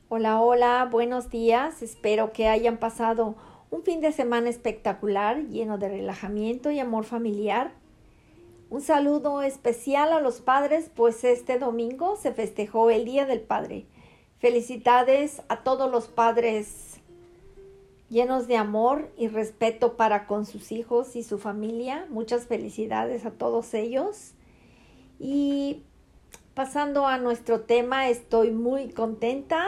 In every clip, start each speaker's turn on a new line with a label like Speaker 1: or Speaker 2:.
Speaker 1: Hola, hola, buenos días. Espero que hayan pasado un fin de semana espectacular, lleno de relajamiento y amor familiar. Un saludo especial a los padres, pues este domingo se festejó el Día del Padre. Felicidades a todos los padres llenos de amor y respeto para con sus hijos y su familia. Muchas felicidades a todos ellos. Y pasando a nuestro tema, estoy muy contenta.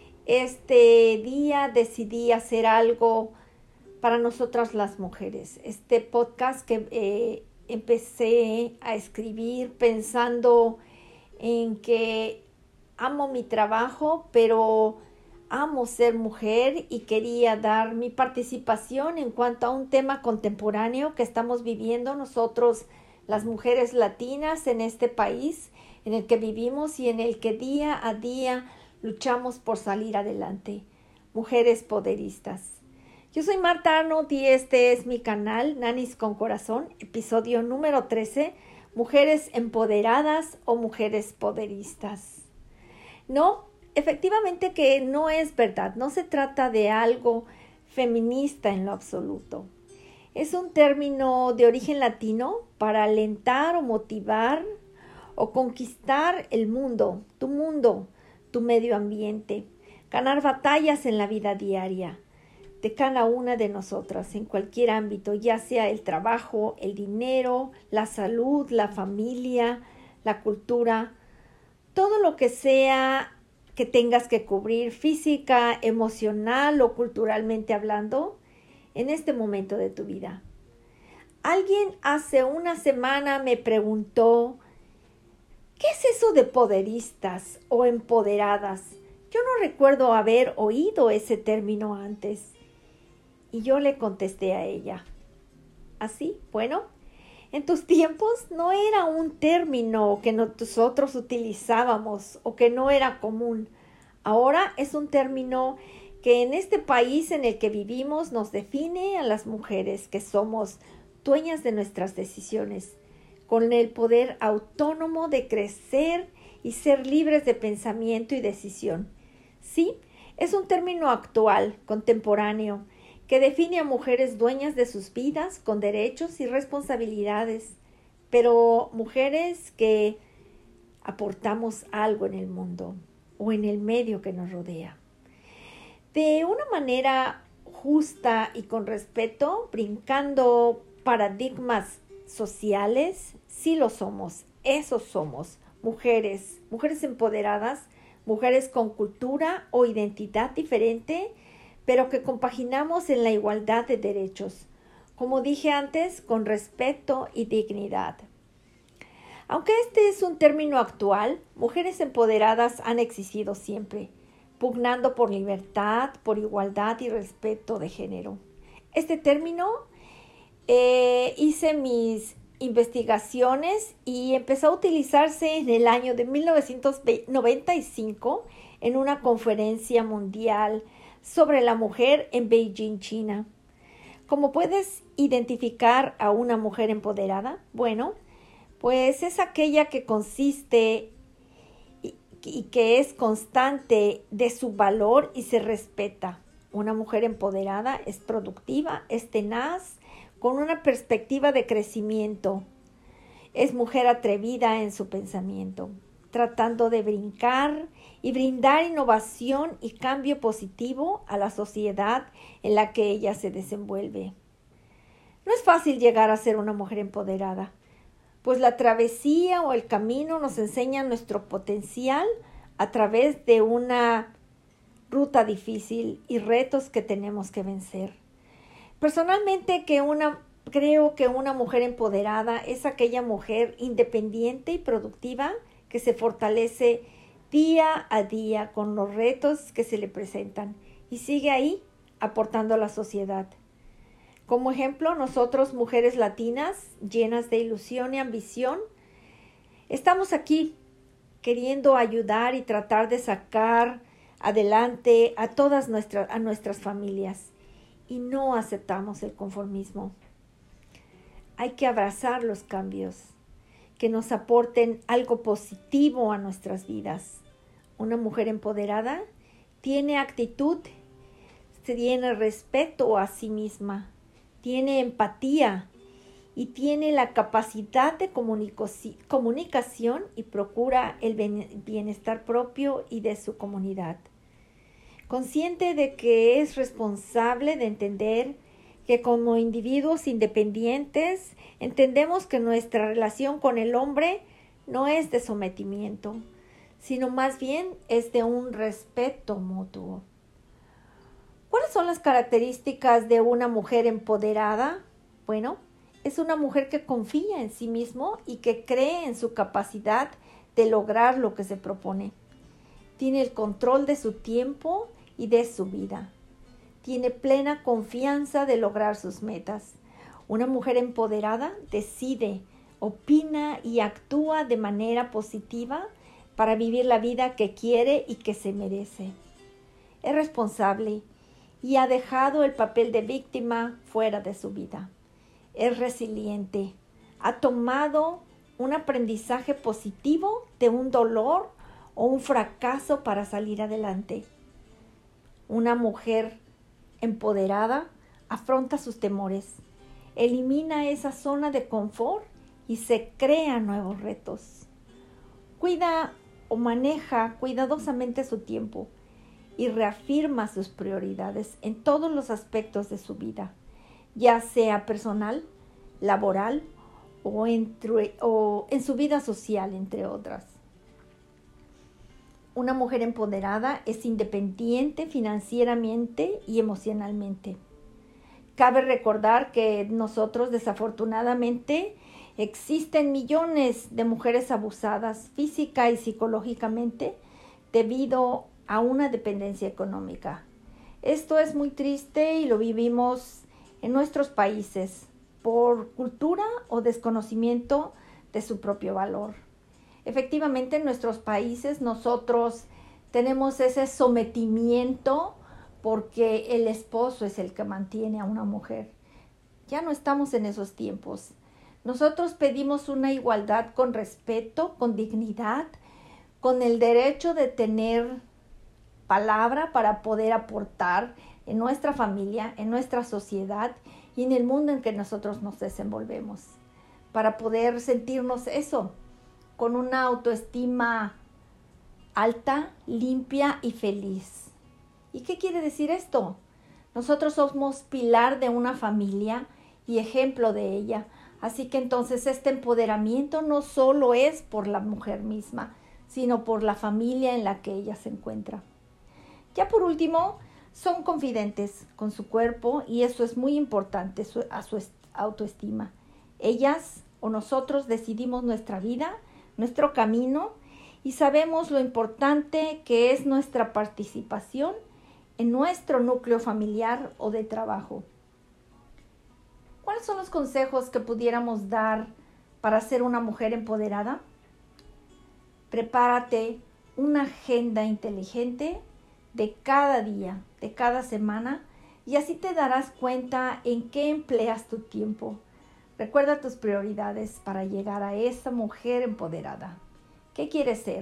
Speaker 1: Este día decidí hacer algo para nosotras las mujeres. Este podcast que empecé a escribir pensando en que amo mi trabajo, pero amo ser mujer y quería dar mi participación en cuanto a un tema contemporáneo que estamos viviendo nosotros, las mujeres latinas en este país en el que vivimos y en el que día a día luchamos por salir adelante. Mujeres poderistas. Yo soy Marta Arnold y este es mi canal Nanis con Corazón, episodio número 13, Mujeres empoderadas o mujeres poderistas. No, efectivamente que no es verdad, no se trata de algo feminista en lo absoluto. Es un término de origen latino para alentar o motivar o conquistar el mundo, tu medio ambiente, ganar batallas en la vida diaria de cada una de nosotras en cualquier ámbito, ya sea el trabajo, el dinero, la salud, la familia, la cultura, todo lo que sea que tengas que cubrir física, emocional o culturalmente hablando en este momento de tu vida. Alguien hace una semana me preguntó, ¿qué es eso de poderistas o empoderadas? Yo no recuerdo haber oído ese término antes. Y yo le contesté a ella. Así, bueno, en tus tiempos no era un término que nosotros utilizábamos o que no era común. Ahora es un término que en este país en el que vivimos nos define a las mujeres que somos dueñas de nuestras decisiones, con el poder autónomo de crecer y ser libres de pensamiento y decisión. Sí, es un término actual, contemporáneo, que define a mujeres dueñas de sus vidas con derechos y responsabilidades, pero mujeres que aportamos algo en el mundo o en el medio que nos rodea. De una manera justa y con respeto, brincando paradigmas sociales, sí lo somos, esos somos, mujeres empoderadas, mujeres con cultura o identidad diferente, pero que compaginamos en la igualdad de derechos, como dije antes, con respeto y dignidad. Aunque este es un término actual, mujeres empoderadas han existido siempre, pugnando por libertad, por igualdad y respeto de género. Este término hice mis investigaciones y empezó a utilizarse en el año de 1995 en una conferencia mundial sobre la mujer en Beijing, China. ¿Cómo puedes identificar a una mujer empoderada? Bueno, pues es aquella que consiste y que es constante de su valor y se respeta. Una mujer empoderada es productiva, es tenaz, con una perspectiva de crecimiento. Es mujer atrevida en su pensamiento, tratando de brincar y brindar innovación y cambio positivo a la sociedad en la que ella se desenvuelve. No es fácil llegar a ser una mujer empoderada, pues la travesía o el camino nos enseña nuestro potencial a través de una ruta difícil y retos que tenemos que vencer. Personalmente creo que una mujer empoderada es aquella mujer independiente y productiva que se fortalece día a día con los retos que se le presentan y sigue ahí aportando a la sociedad. Como ejemplo, nosotros, mujeres latinas, llenas de ilusión y ambición, estamos aquí queriendo ayudar y tratar de sacar adelante a todas nuestras familias y no aceptamos el conformismo. Hay que abrazar los cambios que nos aporten algo positivo a nuestras vidas. Una mujer empoderada tiene actitud, tiene respeto a sí misma, tiene empatía y tiene la capacidad de comunicación y procura el bienestar propio y de su comunidad. Consciente de que es responsable de entender que como individuos independientes entendemos que nuestra relación con el hombre no es de sometimiento, sino más bien es de un respeto mutuo. ¿Cuáles son las características de una mujer empoderada? Bueno, es una mujer que confía en sí mismo y que cree en su capacidad de lograr lo que se propone. Tiene el control de su tiempo y de su vida. Tiene plena confianza de lograr sus metas. Una mujer empoderada decide, opina y actúa de manera positiva para vivir la vida que quiere y que se merece. Es responsable y ha dejado el papel de víctima fuera de su vida. Es resiliente, ha tomado un aprendizaje positivo de un dolor o un fracaso para salir adelante. Una mujer empoderada afronta sus temores, elimina esa zona de confort y se crea nuevos retos. Cuida o maneja cuidadosamente su tiempo y reafirma sus prioridades en todos los aspectos de su vida, ya sea personal, laboral o en su vida social, entre otras. Una mujer empoderada es independiente financieramente y emocionalmente. Cabe recordar que nosotros, desafortunadamente, existen millones de mujeres abusadas física y psicológicamente debido a una dependencia económica. Esto es muy triste y lo vivimos en nuestros países por cultura o desconocimiento de su propio valor. Efectivamente, en nuestros países nosotros tenemos ese sometimiento porque el esposo es el que mantiene a una mujer. Ya no estamos en esos tiempos. Nosotros pedimos una igualdad con respeto, con dignidad, con el derecho de tener palabra para poder aportar en nuestra familia, en nuestra sociedad y en el mundo en que nosotros nos desenvolvemos, para poder sentirnos eso, con una autoestima alta, limpia y feliz. ¿Y qué quiere decir esto? Nosotros somos pilar de una familia y ejemplo de ella. Así que entonces este empoderamiento no solo es por la mujer misma, sino por la familia en la que ella se encuentra. Ya por último, son confidentes con su cuerpo y eso es muy importante a su autoestima. Ellas o nosotros decidimos nuestra vida, nuestro camino y sabemos lo importante que es nuestra participación en nuestro núcleo familiar o de trabajo. ¿Cuáles son los consejos que pudiéramos dar para ser una mujer empoderada? Prepárate una agenda inteligente de cada día, de cada semana, y así te darás cuenta en qué empleas tu tiempo. Recuerda tus prioridades para llegar a esa mujer empoderada. ¿Qué quieres ser?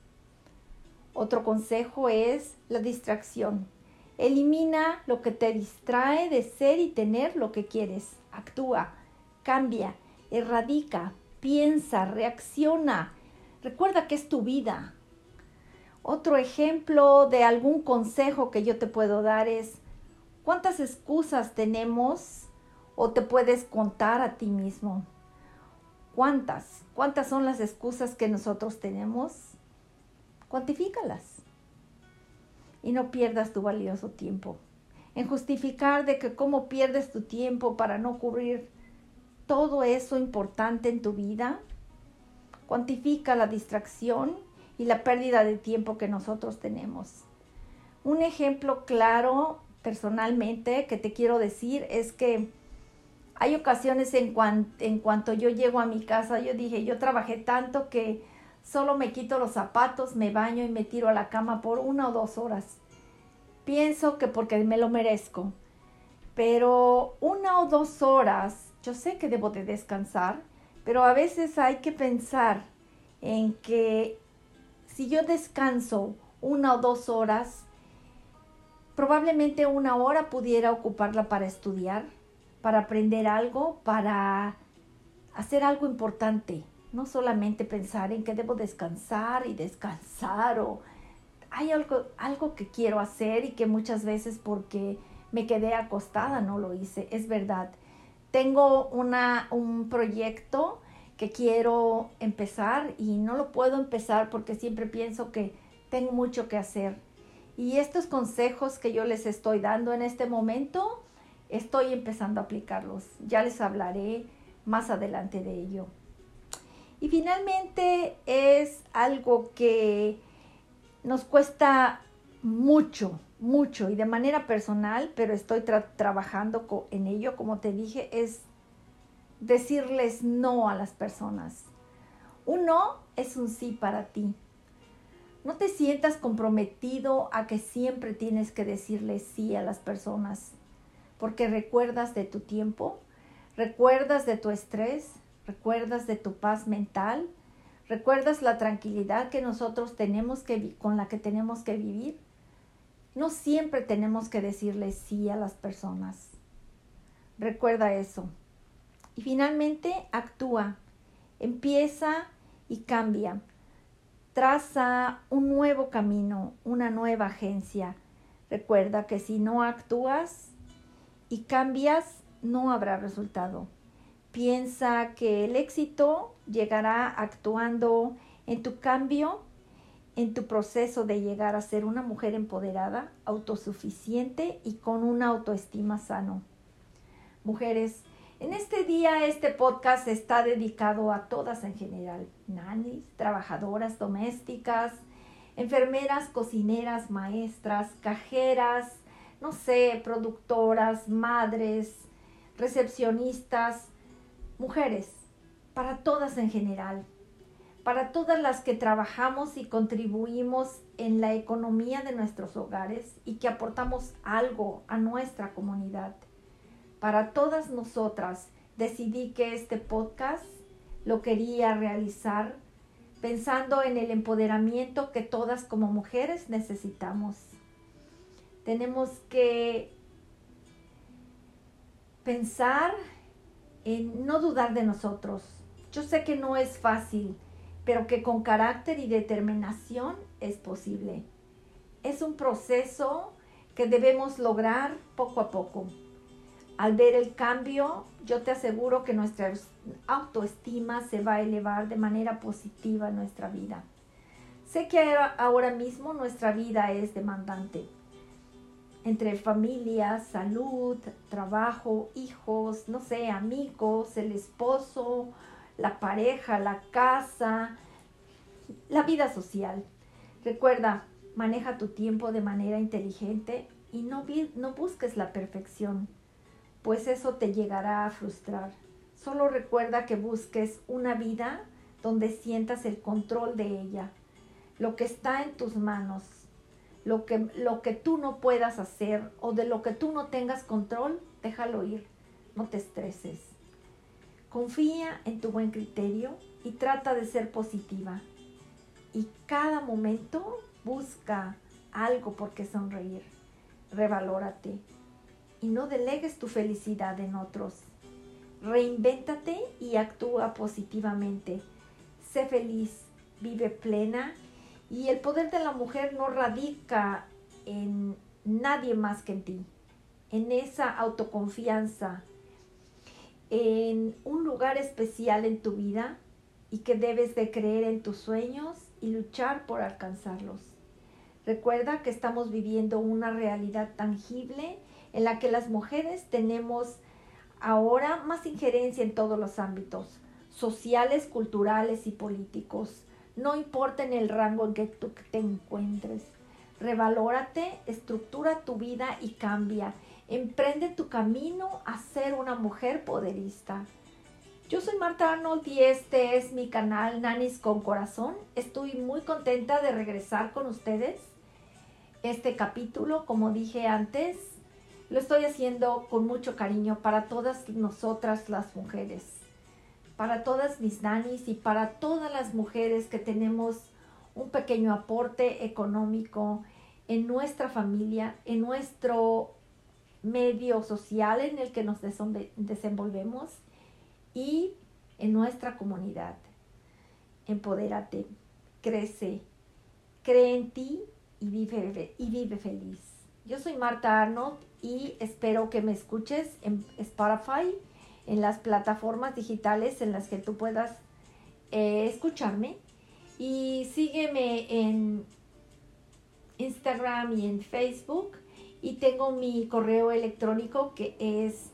Speaker 1: Otro consejo es la distracción. Elimina lo que te distrae de ser y tener lo que quieres. Actúa, cambia, erradica, piensa, reacciona. Recuerda que es tu vida. Otro ejemplo de algún consejo que yo te puedo dar es, ¿cuántas excusas tenemos o te puedes contar a ti mismo? ¿Cuántas? ¿Cuántas son las excusas que nosotros tenemos? Cuantifícalas. Y no pierdas tu valioso tiempo en justificar de que cómo pierdes tu tiempo para no cubrir todo eso importante en tu vida. Cuantifica la distracción y la pérdida de tiempo que nosotros tenemos. Un ejemplo claro personalmente que te quiero decir es que hay ocasiones en cuanto yo llego a mi casa, yo trabajé tanto que solo me quito los zapatos, me baño y me tiro a la cama por 1 o 2 horas. Pienso que porque me lo merezco, pero 1 o 2 horas, yo sé que debo de descansar, pero a veces hay que pensar en que si yo descanso 1 o 2 horas, Probablemente una hora pudiera ocuparla para estudiar, para aprender algo, para hacer algo importante. No solamente pensar en que debo descansar y descansar, o hay algo que quiero hacer y que muchas veces porque me quedé acostada no lo hice. Es verdad. Tengo un proyecto que quiero empezar y no lo puedo empezar porque siempre pienso que tengo mucho que hacer. Y estos consejos que yo les estoy dando en este momento, estoy empezando a aplicarlos. Ya les hablaré más adelante de ello. Y finalmente es algo que nos cuesta mucho, mucho y de manera personal, pero estoy trabajando en ello, como te dije, es decirles no a las personas. Un no es un sí para ti. No te sientas comprometido a que siempre tienes que decirle sí a las personas, porque recuerdas de tu tiempo, recuerdas de tu estrés, recuerdas de tu paz mental, recuerdas la tranquilidad que nosotros tenemos con la que tenemos que vivir. No siempre tenemos que decirle sí a las personas. Recuerda eso. Y finalmente, actúa, empieza y cambia. Traza un nuevo camino, una nueva agencia. Recuerda que si no actúas y cambias, no habrá resultado. Piensa que el éxito llegará actuando en tu cambio, en tu proceso de llegar a ser una mujer empoderada, autosuficiente y con una autoestima sano. Mujeres, en este día este podcast está dedicado a todas en general, nanis, trabajadoras domésticas, enfermeras, cocineras, maestras, cajeras, no sé, productoras, madres, recepcionistas, mujeres, para todas en general, para todas las que trabajamos y contribuimos en la economía de nuestros hogares y que aportamos algo a nuestra comunidad. Para todas nosotras decidí que este podcast lo quería realizar pensando en el empoderamiento que todas como mujeres necesitamos. Tenemos que pensar en no dudar de nosotros. Yo sé que no es fácil, pero que con carácter y determinación es posible. Es un proceso que debemos lograr poco a poco. Al ver el cambio, yo te aseguro que nuestra autoestima se va a elevar de manera positiva en nuestra vida. Sé que ahora mismo nuestra vida es demandante. Entre familia, salud, trabajo, hijos, no sé, amigos, el esposo, la pareja, la casa, la vida social. Recuerda, maneja tu tiempo de manera inteligente y no busques la perfección, pues eso te llegará a frustrar. Solo recuerda que busques una vida donde sientas el control de ella, lo que está en tus manos, lo que tú no puedas hacer o de lo que tú no tengas control, déjalo ir, no te estreses. Confía en tu buen criterio y trata de ser positiva. Y cada momento busca algo por qué sonreír. Revalórate y no delegues tu felicidad en otros. Reinvéntate y actúa positivamente. Sé feliz, vive plena y el poder de la mujer no radica en nadie más que en ti, en esa autoconfianza, en un lugar especial en tu vida y que debes de creer en tus sueños y luchar por alcanzarlos. Recuerda que estamos viviendo una realidad tangible en la que las mujeres tenemos ahora más injerencia en todos los ámbitos sociales, culturales y políticos. No importa en el rango en que tú te encuentres. Revalórate, estructura tu vida y cambia. Emprende tu camino a ser una mujer poderista. Yo soy Marta Arnold y este es mi canal Nanis con Corazón. Estoy muy contenta de regresar con ustedes. Este capítulo, como dije antes, lo estoy haciendo con mucho cariño para todas nosotras las mujeres, para todas mis nanis y para todas las mujeres que tenemos un pequeño aporte económico en nuestra familia, en nuestro medio social en el que nos desenvolvemos y en nuestra comunidad. Empodérate, crece, cree en ti y vive feliz. Yo soy Marta Arnold y espero que me escuches en Spotify, en las plataformas digitales en las que tú puedas escucharme, y sígueme en Instagram y en Facebook, y tengo mi correo electrónico que es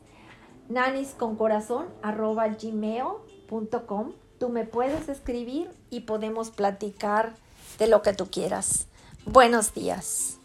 Speaker 1: nanisconcorazon@gmail.com. Tú me puedes escribir y podemos platicar de lo que tú quieras. Buenos días.